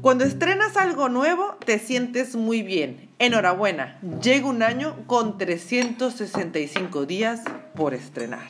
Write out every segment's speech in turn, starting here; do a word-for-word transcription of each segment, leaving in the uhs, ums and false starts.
Cuando estrenas algo nuevo, te sientes muy bien. Enhorabuena, llega un año con trescientos sesenta y cinco días por estrenar.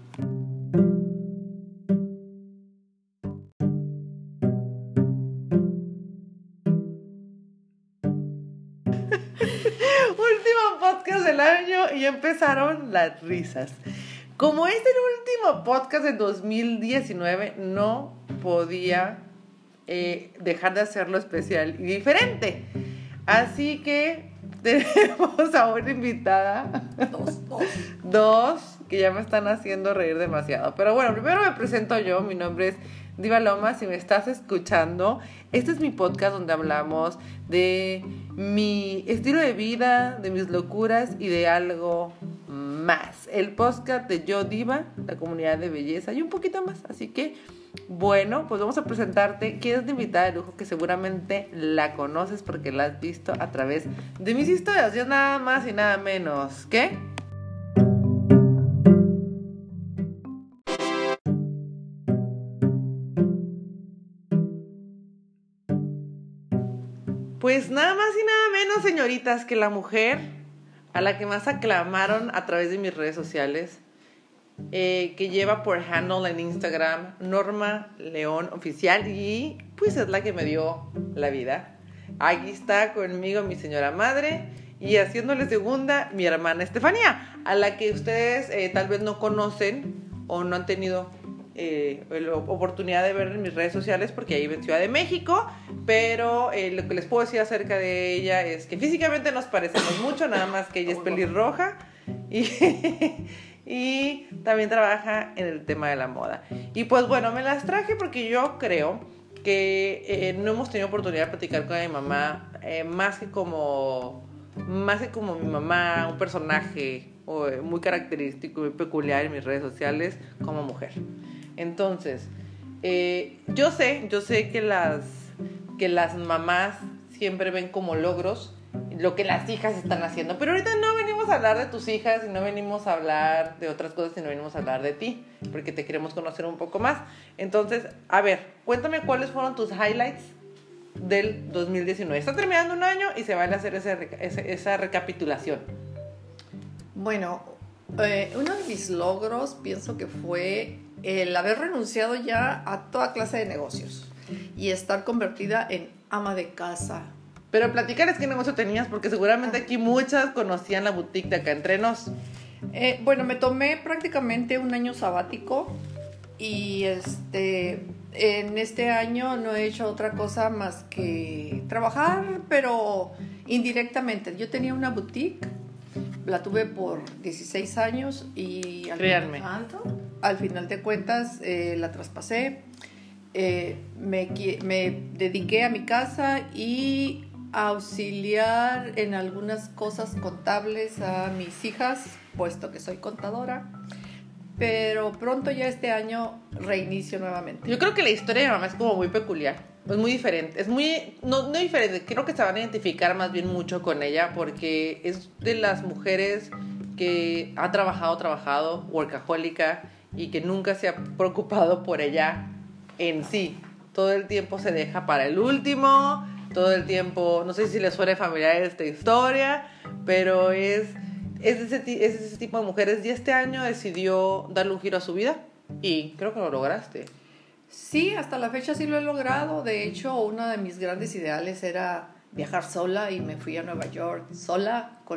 Último podcast del año y empezaron las risas. Como es el último podcast de dos mil diecinueve, no podía eh, dejar de hacerlo especial y diferente. Así que tenemos a una invitada. Dos, dos. Dos, que ya me están haciendo reír demasiado. Pero bueno, primero me presento yo. Mi nombre es Diva Loma. Si me estás escuchando, este es mi podcast donde hablamos de mi estilo de vida, de mis locuras y de algo más. El podcast de Yo Diva, la comunidad de belleza y un poquito más. Así que, bueno, pues vamos a presentarte. ¿Quién es la invitada de lujo? Que seguramente la conoces porque la has visto a través de mis historias. Yo nada más y nada menos. ¿Qué? Pues nada más y nada menos, señoritas, que la mujer a la que más aclamaron a través de mis redes sociales, eh, que lleva por handle en Instagram Norma León Oficial, y pues es la que me dio la vida. Aquí está conmigo mi señora madre y haciéndole segunda mi hermana Estefanía, a la que ustedes eh, tal vez no conocen o no han tenido Eh, la oportunidad de ver en mis redes sociales porque ahí vive en Ciudad de México, pero eh, lo que les puedo decir acerca de ella es que físicamente nos parecemos mucho, nada más que ella es pelirroja y, y también trabaja en el tema de la moda. Y pues bueno, me las traje porque yo creo que eh, no hemos tenido oportunidad de platicar con mi mamá, eh, más que como más que como mi mamá, un personaje eh, muy característico y muy peculiar en mis redes sociales como mujer. Entonces, eh, yo sé, yo sé que las, que las mamás siempre ven como logros lo que las hijas están haciendo, pero ahorita no venimos a hablar de tus hijas y no venimos a hablar de otras cosas, sino venimos a hablar de ti, porque te queremos conocer un poco más. Entonces, a ver, cuéntame cuáles fueron tus highlights del dos mil diecinueve. Está terminando un año y se vale hacer ese, ese, esa recapitulación. Bueno, eh, uno de mis logros pienso que fue el haber renunciado ya a toda clase de negocios y estar convertida en ama de casa. Pero platicarles qué negocio tenías, porque seguramente aquí muchas conocían la boutique de acá entre nos. Eh, bueno, me tomé prácticamente un año sabático y este, en este año no he hecho otra cosa más que trabajar, pero indirectamente. Yo tenía una boutique, la tuve por dieciséis años y al, Créanme. Final, al final de cuentas eh, la traspasé, eh, me, me dediqué a mi casa y a auxiliar en algunas cosas contables a mis hijas, puesto que soy contadora, pero pronto ya este año reinicio nuevamente. Yo creo que la historia de mi mamá es como muy peculiar, es muy diferente, es muy, no, no diferente, creo que se van a identificar más bien mucho con ella porque es de las mujeres que ha trabajado, trabajado, workahólica y que nunca se ha preocupado por ella en sí. Todo el tiempo se deja para el último, todo el tiempo, no sé si les suena familiar esta historia, pero es, es, ese, es ese tipo de mujeres y este año decidió darle un giro a su vida y creo que lo lograste. Sí, hasta la fecha sí lo he logrado. De hecho, uno de mis grandes ideales era viajar sola y me fui a Nueva York sola con,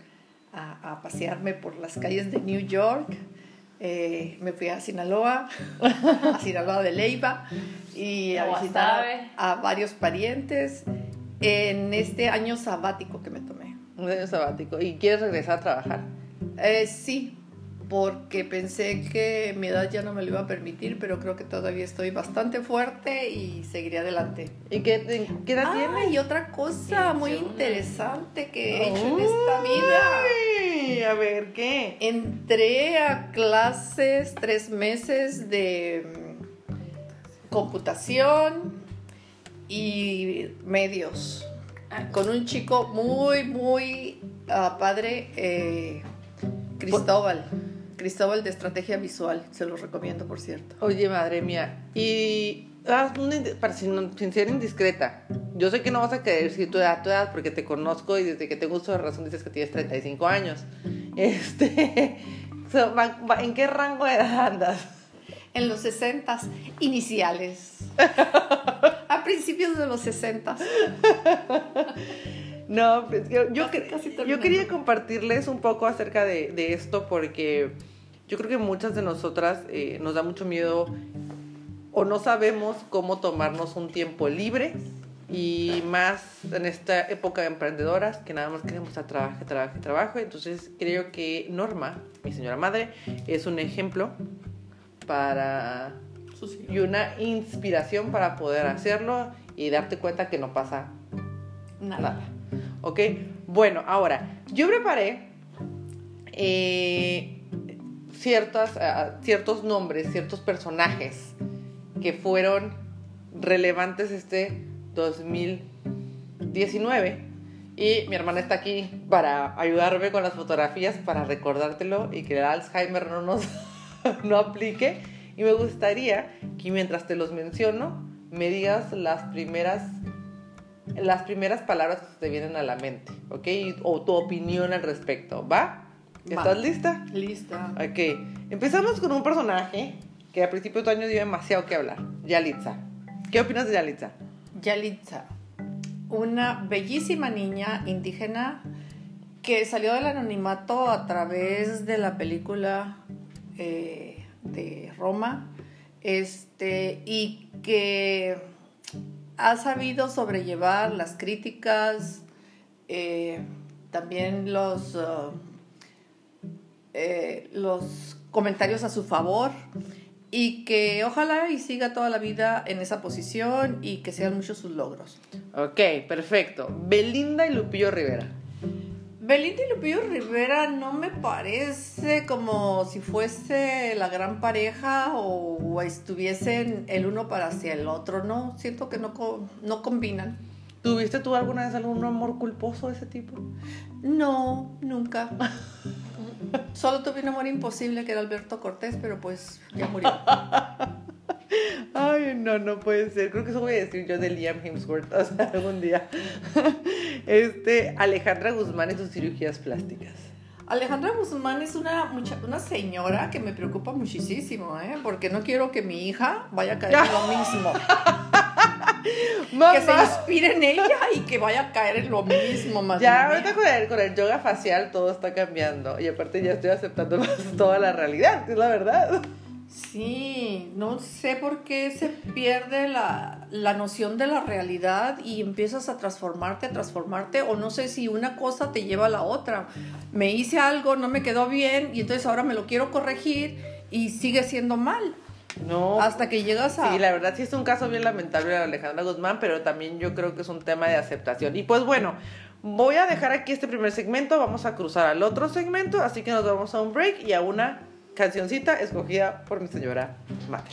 a, a pasearme por las calles de New York. Eh, me fui a Sinaloa, a Sinaloa de Leiva y a visitar a, a varios parientes en este año sabático que me tomé. Un año sabático. ¿Y quieres regresar a trabajar? Eh, sí. Porque pensé que mi edad ya no me lo iba a permitir, pero creo que todavía estoy bastante fuerte y seguiré adelante. ¿Y qué, qué edad ah, tienes? Y otra cosa muy interesante que he hecho en esta vida. A ver, ¿qué? Entré a clases tres meses de computación y medios con un chico muy, muy uh, padre, eh, Cristóbal. Cristóbal de Estrategia Visual, se los recomiendo, por cierto. Oye, madre mía, y Ah, para sin, sin ser indiscreta. Yo sé que no vas a querer decir tu edad, tu edad, porque te conozco y desde que tengo uso de razón dices que tienes treinta y cinco años. Este, so, va, va, ¿en qué rango de edad andas? En los sesentas iniciales. A principios de los sesentas. No, pues yo, yo, casi, casi yo quería compartirles un poco acerca de, de esto porque yo creo que muchas de nosotras eh, nos da mucho miedo o no sabemos cómo tomarnos un tiempo libre, y más en esta época de emprendedoras que nada más queremos a trabajo, trabajo, trabajo. Entonces creo que Norma, mi señora madre, es un ejemplo para y una inspiración para poder hacerlo y darte cuenta que no pasa nada. nada. ¿Ok? Bueno, ahora, yo preparé eh, ciertas, uh, ciertos nombres, ciertos personajes que fueron relevantes este dos mil diecinueve, y mi hermana está aquí para ayudarme con las fotografías para recordártelo y que el Alzheimer no nos no aplique. Y me gustaría que mientras te los menciono me digas las primeras las primeras palabras que te vienen a la mente, ¿ok? O tu opinión al respecto, ¿va? ¿Estás Va. lista? Lista. Ok, empezamos con un personaje que a principios de año dio demasiado que hablar, Yalitza. ¿Qué opinas de Yalitza? Yalitza, una bellísima niña indígena que salió del anonimato a través de la película eh, de Roma, este, y que ha sabido sobrellevar las críticas, eh, también los, uh, eh, los comentarios a su favor, y que ojalá y siga toda la vida en esa posición y que sean muchos sus logros. Ok, perfecto. Belinda y Lupillo Rivera. Belinda y Lupillo Rivera no me parece como si fuese la gran pareja o, o estuviesen el uno para hacia el otro, ¿no? Siento que no, no combinan. ¿Tuviste tú alguna vez algún amor culposo de ese tipo? No, nunca. Solo tuve un amor imposible que era Alberto Cortés, pero pues ya murió. Ay, no, no puede ser. Creo que eso voy a decir yo de Liam Hemsworth, o sea, algún día. Este, Alejandra Guzmán y sus cirugías plásticas. Alejandra Guzmán es una, mucha, una señora que me preocupa muchísimo, ¿eh? Porque no quiero que mi hija vaya a caer en lo mismo. Que se inspire en ella y que vaya a caer en lo mismo, más ya ahorita con el, con el yoga facial todo está cambiando, y aparte ya estoy aceptando más toda la realidad, es la verdad. Sí, no sé por qué se pierde la, la noción de la realidad y empiezas a transformarte, a transformarte, o no sé si una cosa te lleva a la otra. Me hice algo, no me quedó bien y entonces ahora me lo quiero corregir y sigue siendo mal. No. Hasta que llegas a... Sí, la verdad sí es un caso bien lamentable de Alejandra Guzmán, pero también yo creo que es un tema de aceptación. Y pues bueno, voy a dejar aquí este primer segmento, vamos a cruzar al otro segmento, así que nos vamos a un break y a una cancioncita escogida por mi señora madre.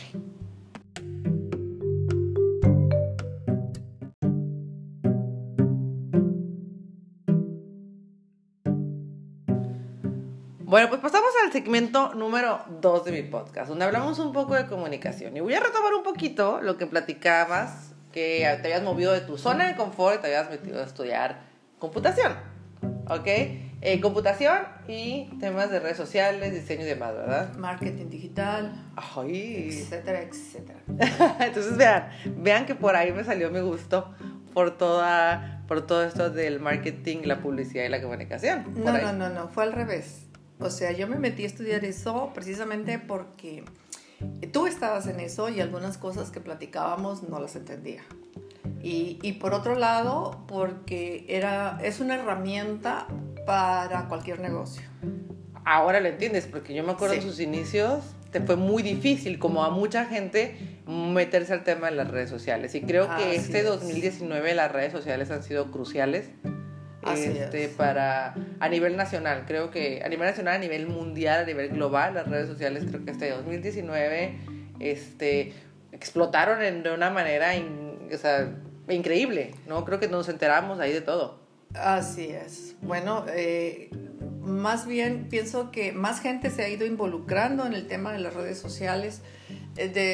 Bueno, pues pasamos al segmento número dos de mi podcast, donde hablamos un poco de comunicación. Y voy a retomar un poquito lo que platicabas, que te habías movido de tu zona de confort y te habías metido a estudiar computación, ¿ok? Eh, computación y temas de redes sociales, diseño y demás, ¿verdad? Marketing digital, Ay. etcétera, etcétera. Entonces vean, vean que por ahí me salió mi gusto por toda, por todo esto del marketing, la publicidad y la comunicación. No, no, no, no, fue al revés. O sea, yo me metí a estudiar eso precisamente porque tú estabas en eso y algunas cosas que platicábamos no las entendía. Y, y por otro lado, porque era, es una herramienta para cualquier negocio. Ahora lo entiendes, porque yo me acuerdo sí. En sus inicios te fue muy difícil, como a mucha gente, meterse al tema de las redes sociales. Y creo que Así este es. dos mil diecinueve las redes sociales han sido cruciales. Este, para a nivel nacional, creo que a nivel nacional, a nivel mundial, a nivel global, las redes sociales creo que este dos mil diecinueve este, explotaron en, de una manera in, o sea, increíble, ¿no? Creo que nos enteramos ahí de todo. Así es. Bueno, eh, más bien pienso que más gente se ha ido involucrando en el tema de las redes sociales. De,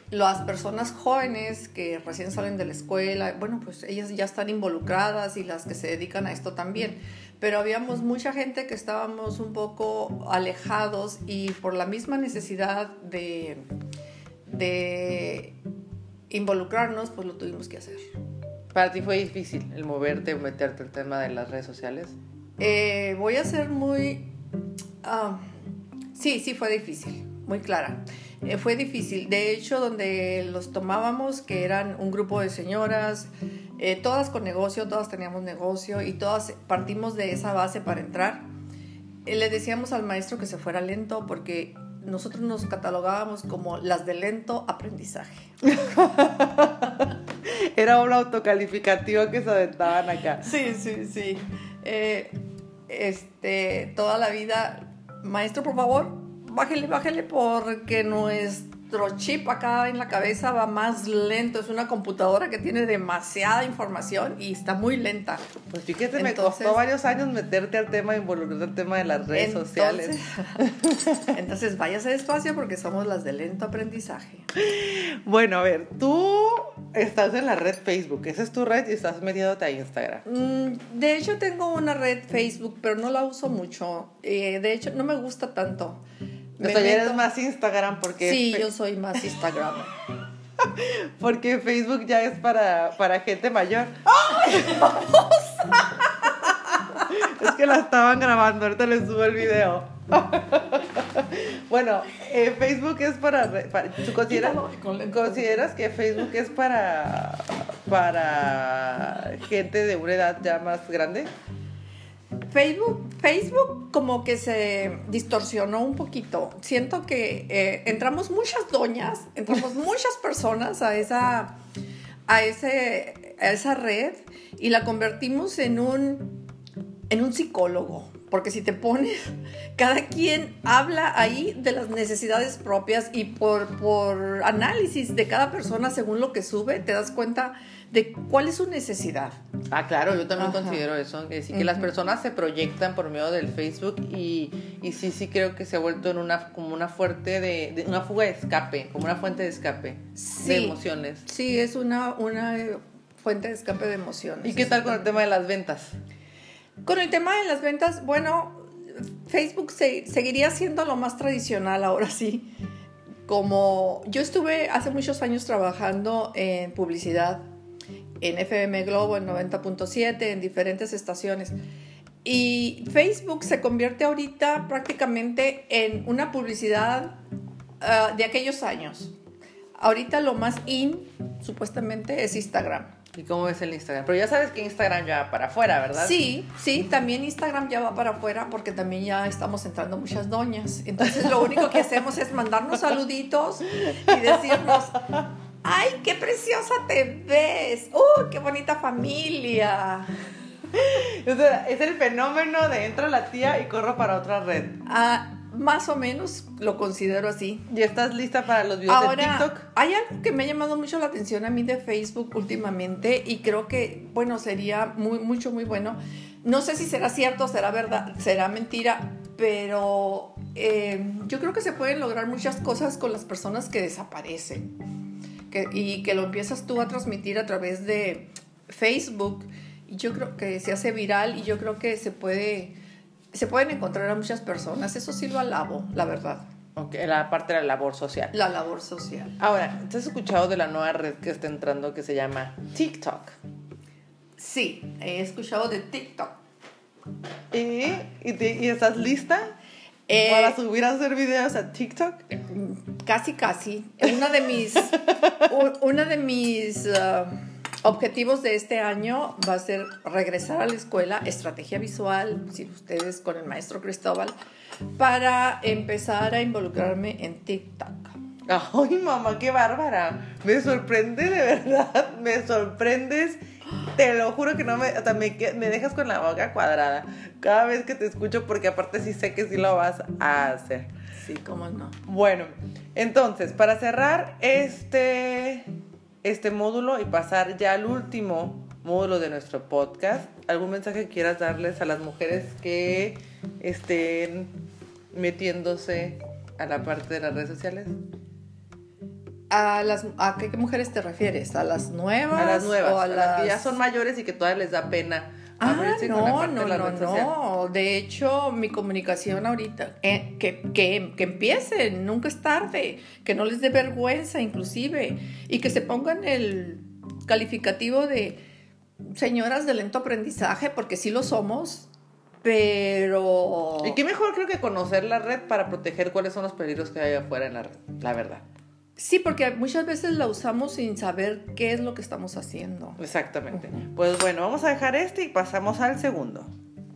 las personas jóvenes que recién salen de la escuela, bueno, pues ellas ya están involucradas y las que se dedican a esto también. Pero habíamos mucha gente que estábamos un poco alejados y por la misma necesidad de, de involucrarnos, pues lo tuvimos que hacer. ¿Para ti fue difícil el moverte o meterte al tema de las redes sociales? Eh, voy a ser muy... Uh, sí, sí fue difícil, muy clara. Eh, fue difícil. De hecho, donde los tomábamos, que eran un grupo de señoras, eh, todas con negocio, todas teníamos negocio y todas partimos de esa base para entrar, eh, le decíamos al maestro que se fuera lento porque nosotros nos catalogábamos como las de lento aprendizaje. Era un autocalificativo que se aventaban acá. Sí, sí, sí. Eh, este, toda la vida, maestro, por favor, bájele, bájele, porque nuestro chip acá en la cabeza va más lento. Es una computadora que tiene demasiada información y está muy lenta. Pues fíjate, me entonces, costó varios años meterte al tema, involucrarte al tema de las redes entonces, sociales. Entonces, váyase despacio porque somos las de lento aprendizaje. Bueno, a ver, tú estás en la red Facebook. Esa es tu red y estás metiéndote a Instagram. Mm, de hecho, tengo una red Facebook, pero no la uso mucho. Eh, de hecho, no me gusta tanto. O sea, ya eres más Instagram porque... Sí, fe- yo soy más Instagram. Porque Facebook ya es para, para gente mayor. ¡Ay, babosa! Es que la estaban grabando, ahorita les subo el video. Bueno, eh, Facebook es para... para ¿tú consideras, consideras que Facebook es para, para gente de una edad ya más grande? Facebook, Facebook como que se distorsionó un poquito. Siento que eh, entramos muchas doñas, entramos muchas personas a esa, a, ese, a esa red y la convertimos en un, en un psicólogo. Porque si te pones, cada quien habla ahí de las necesidades propias y por, por análisis de cada persona según lo que sube, te das cuenta de cuál es su necesidad. Ah, claro, yo también Ajá. considero eso, que, sí, que uh-huh. las personas se proyectan por medio del Facebook y, y sí, sí creo que se ha vuelto en una, como una fuerte de, de una fuga de escape, como una fuente de escape sí, de emociones. Sí, es una, una fuente de escape de emociones. ¿Y qué tal con el tema de las ventas? Con el tema de las ventas, bueno, Facebook se, seguiría siendo lo más tradicional ahora sí. Como yo estuve hace muchos años trabajando en publicidad, en F M Globo, en noventa punto siete, en diferentes estaciones. Y Facebook se convierte ahorita prácticamente en una publicidad uh, de aquellos años. Ahorita lo más in, supuestamente, es Instagram. ¿Y cómo ves el Instagram? Pero ya sabes que Instagram ya va para afuera, ¿verdad? Sí, sí, también Instagram ya va para afuera porque también ya estamos entrando muchas doñas. Entonces lo único que hacemos es mandarnos saluditos y decirnos, ¡ay, qué preciosa te ves! ¡Uh, qué bonita familia! O sea, es el fenómeno de entra la tía y corro para otra red. Ah, más o menos lo considero así. ¿Y estás lista para los videos Ahora, de TikTok? Hay algo que me ha llamado mucho la atención a mí de Facebook últimamente y creo que, bueno, sería muy, mucho, muy bueno. No sé si será cierto, será verdad, será mentira, pero eh, yo creo que se pueden lograr muchas cosas con las personas que desaparecen que, y que lo empiezas tú a transmitir a través de Facebook. Y yo creo que se hace viral y yo creo que se puede... Se pueden encontrar a muchas personas, eso sí lo alabo, la verdad. Ok, la parte de la labor social. La labor social. Ahora, ¿te has escuchado de la nueva red que está entrando que se llama TikTok? Sí, he escuchado de TikTok. ¿Y, y, te, y estás lista eh, para subir a hacer videos a TikTok? Casi, casi. Una de mis... una de mis... Uh, objetivos de este año va a ser regresar a la escuela, estrategia visual, si ustedes con el maestro Cristóbal, para empezar a involucrarme en TikTok. Ay, mamá, qué bárbara. Me sorprende, de verdad, me sorprendes. Te lo juro que no me, o sea, me, me dejas con la boca cuadrada cada vez que te escucho, porque aparte sí sé que sí lo vas a hacer. Sí, cómo no. Bueno, entonces, para cerrar este... este módulo y pasar ya al último módulo de nuestro podcast, ¿algún mensaje que quieras darles a las mujeres que estén metiéndose a la parte de las redes sociales? ¿A, las, a qué, qué mujeres te refieres? ¿A las nuevas? A las nuevas, o a, a las las que ya son mayores y que todavía les da pena Ah, abrirse con la no, parte no, de la no, red social. no. De hecho, mi comunicación ahorita, eh, que, que, que empiecen, nunca es tarde, que no les dé vergüenza inclusive, y que se pongan el calificativo de señoras de lento aprendizaje, porque sí lo somos, pero... Y qué mejor creo que conocer la red para proteger cuáles son los peligros que hay afuera en la red, la verdad. Sí, porque muchas veces la usamos sin saber qué es lo que estamos haciendo. Exactamente. Pues bueno, vamos a dejar este y pasamos al segundo.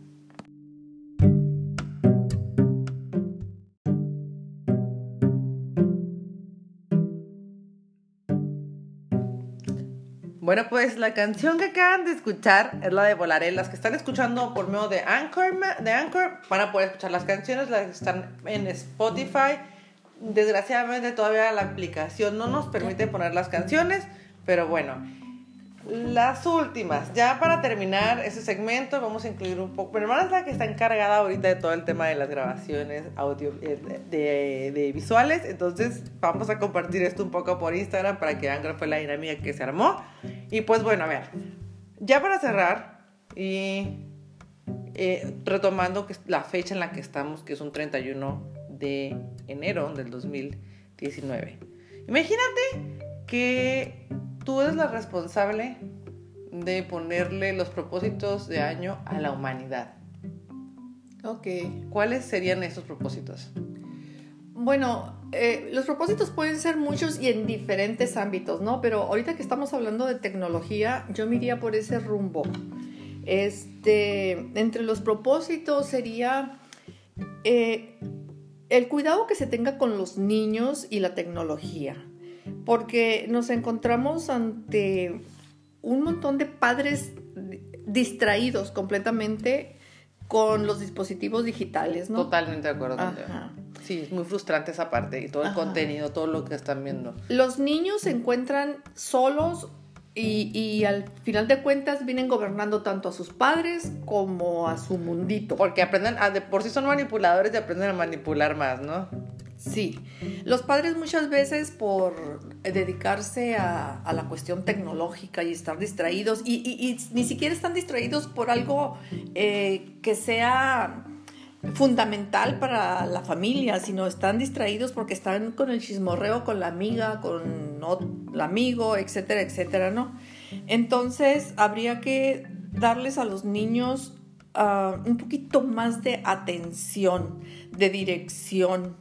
Bueno, pues la canción que acaban de escuchar es la de Volaré. Las que están escuchando por medio de Anchor, de Anchor van a poder escuchar las canciones, las que están en Spotify. Desgraciadamente todavía la aplicación no nos permite poner las canciones, pero bueno, las últimas, ya para terminar ese segmento vamos a incluir un poco, mi hermana es la que está encargada ahorita de todo el tema de las grabaciones audio, de, de, de visuales, entonces vamos a compartir esto un poco por Instagram para que vean cuál fue la dinámica que se armó. Y pues bueno, a ver, ya para cerrar y eh, retomando que la fecha en la que estamos, que es un treinta y uno de enero del dos mil diecinueve. Imagínate que tú eres la responsable de ponerle los propósitos de año a la humanidad. Ok. ¿Cuáles serían esos propósitos? Bueno, eh, los propósitos pueden ser muchos y en diferentes ámbitos, ¿no? Pero ahorita que estamos hablando de tecnología, yo me iría por ese rumbo. Este, entre los propósitos sería... Eh, el cuidado que se tenga con los niños y la tecnología, porque nos encontramos ante un montón de padres distraídos completamente con los dispositivos digitales, ¿no? Totalmente de acuerdo contigo. Sí, es muy frustrante esa parte y todo el Ajá. contenido, todo lo que están viendo. Los niños se encuentran solos y, y al final de cuentas vienen gobernando tanto a sus padres como a su mundito. Porque aprenden, a, de por sí son manipuladores y aprenden a manipular más, ¿no? Sí, los padres muchas veces por dedicarse a, a la cuestión tecnológica y estar distraídos y, y, y ni siquiera están distraídos por algo eh, que sea fundamental para la familia, sino están distraídos porque están con el chismorreo con la amiga, con el amigo, etcétera, etcétera, ¿no? Entonces habría que darles a los niños uh, un poquito más de atención, de dirección,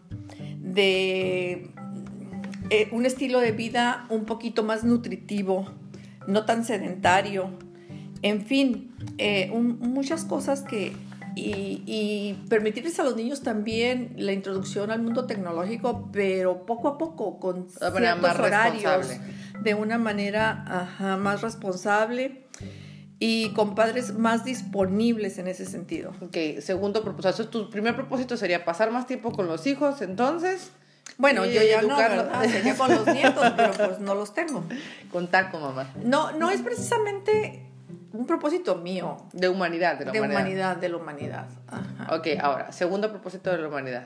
de eh, un estilo de vida un poquito más nutritivo, no tan sedentario, en fin, eh, un, muchas cosas que y, y permitirles a los niños también la introducción al mundo tecnológico, pero poco a poco, con ciertos horarios, de una manera ajá, más responsable y con padres más disponibles en ese sentido. Ok, segundo propósito, tu primer propósito sería pasar más tiempo con los hijos, entonces... Bueno, yo ya no, ¿verdad? Sería con los nietos, pero pues no los tengo. Con taco, mamá. No, no es precisamente un propósito mío. De humanidad, de la de humanidad. humanidad, de la humanidad. Ajá. Ok, ahora, segundo propósito de la humanidad.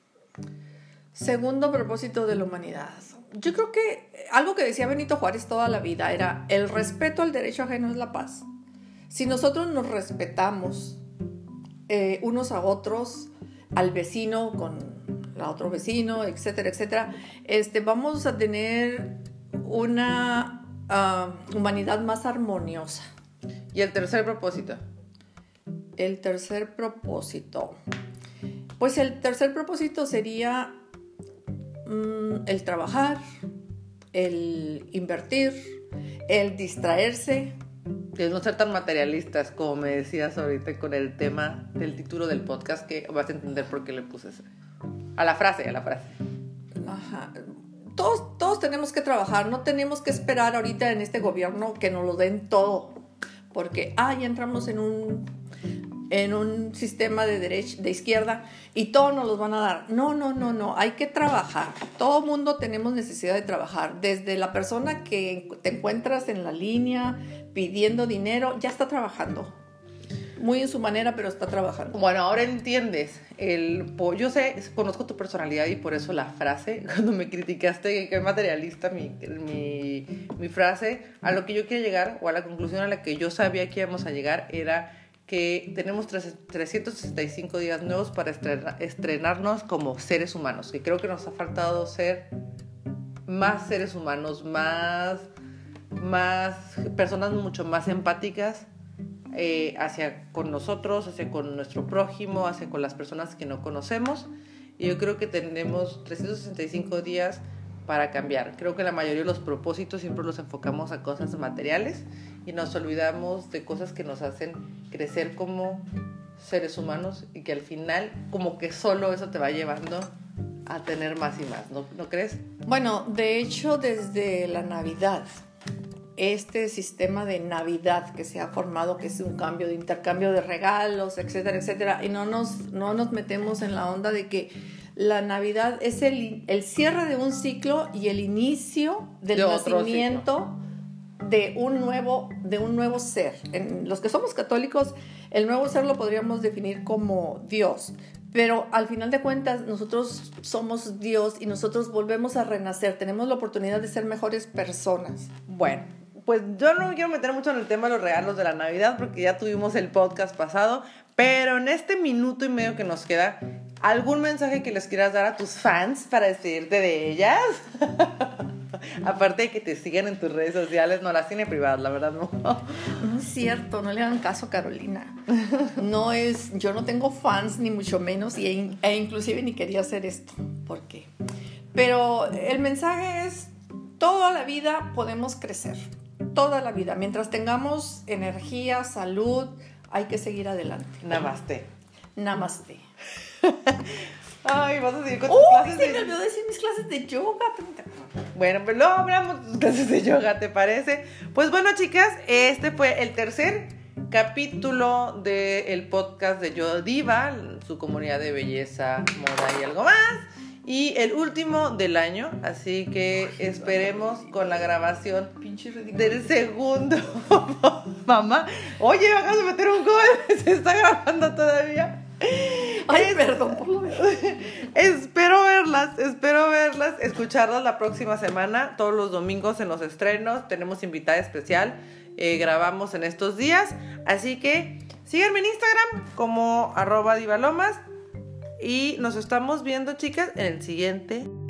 Segundo propósito de la humanidad. Yo creo que algo que decía Benito Juárez toda la vida era: el respeto al derecho ajeno es la paz. Si nosotros nos respetamos eh, unos a otros, al vecino con la otro vecino, etcétera, etcétera, este, vamos a tener una uh, humanidad más armoniosa. ¿Y el tercer propósito? El tercer propósito. Pues el tercer propósito sería mm, el trabajar, el invertir, el distraerse. El no ser tan materialistas, como me decías ahorita con el tema del título del podcast, que vas a entender por qué le puse ese. A la frase, a la frase. Ajá. Todos, todos tenemos que trabajar, no tenemos que esperar ahorita en este gobierno que nos lo den todo, porque ah, ya entramos en un, en un sistema de derecha, de izquierda y todos nos los van a dar. No, no, no, no, hay que trabajar. Todo mundo tenemos necesidad de trabajar. Desde la persona que te encuentras en la línea pidiendo dinero, ya está trabajando. muy en su manera, pero está trabajando. Bueno, ahora entiendes. El, yo sé, conozco tu personalidad y por eso la frase, cuando me criticaste que es materialista mi, mi, mi frase, a lo que yo quiero llegar, o a la conclusión a la que yo sabía que íbamos a llegar, era que tenemos trescientos sesenta y cinco días nuevos para estrenar, estrenarnos como seres humanos, que creo que nos ha faltado ser más seres humanos, más, más personas mucho más empáticas, Eh, hacia con nosotros, hacia con nuestro prójimo, hacia con las personas que no conocemos. Y yo creo que tenemos trescientos sesenta y cinco días para cambiar. Creo que la mayoría de los propósitos siempre los enfocamos a cosas materiales y nos olvidamos de cosas que nos hacen crecer como seres humanos, y que al final como que solo eso te va llevando a tener más y más, ¿no, ¿no crees? Bueno, de hecho, desde la Navidad, este sistema de Navidad que se ha formado, que es un cambio de intercambio de regalos, etcétera, etcétera, y no nos, no nos metemos en la onda de que la Navidad es el, el cierre de un ciclo y el inicio del de nacimiento de un nuevo, de un nuevo ser. En los que somos católicos, el nuevo ser lo podríamos definir como Dios, pero al final de cuentas nosotros somos Dios y nosotros volvemos a renacer, tenemos la oportunidad de ser mejores personas. Bueno, pues yo no me quiero meter mucho en el tema de los regalos de la Navidad porque ya tuvimos el podcast pasado, pero en este minuto y medio que nos queda, ¿algún mensaje que les quieras dar a tus fans para despedirte de ellas? Aparte de que te sigan en tus redes sociales, no las tiene privadas, la verdad no. No es cierto, no le hagan caso a Carolina. No es, yo no tengo fans ni mucho menos, y, e inclusive ni quería hacer esto. ¿Por qué? Pero el mensaje es, toda la vida podemos crecer. Toda la vida. Mientras tengamos energía, salud, hay que seguir adelante. Namaste. Namaste. Ay, vas a seguir con tus ¡Uy! clases Se de... me olvidó decir mis clases de yoga. Bueno, pero luego hablamos de tus clases de yoga, ¿te parece? Pues bueno, chicas, este fue el tercer capítulo del podcast de Yo Diva, su comunidad de belleza, moda y algo más. Y el último del año, así que esperemos con la grabación del segundo. Mamá, oye, vamos a meter un gol, se está grabando todavía. Ay, es, perdón por lo menos. Espero verlas, espero verlas, escucharlas la próxima semana, todos los domingos en los estrenos, tenemos invitada especial, eh, grabamos en estos días, así que síganme en Instagram como arroba divalomas. Y nos estamos viendo, chicas, en el siguiente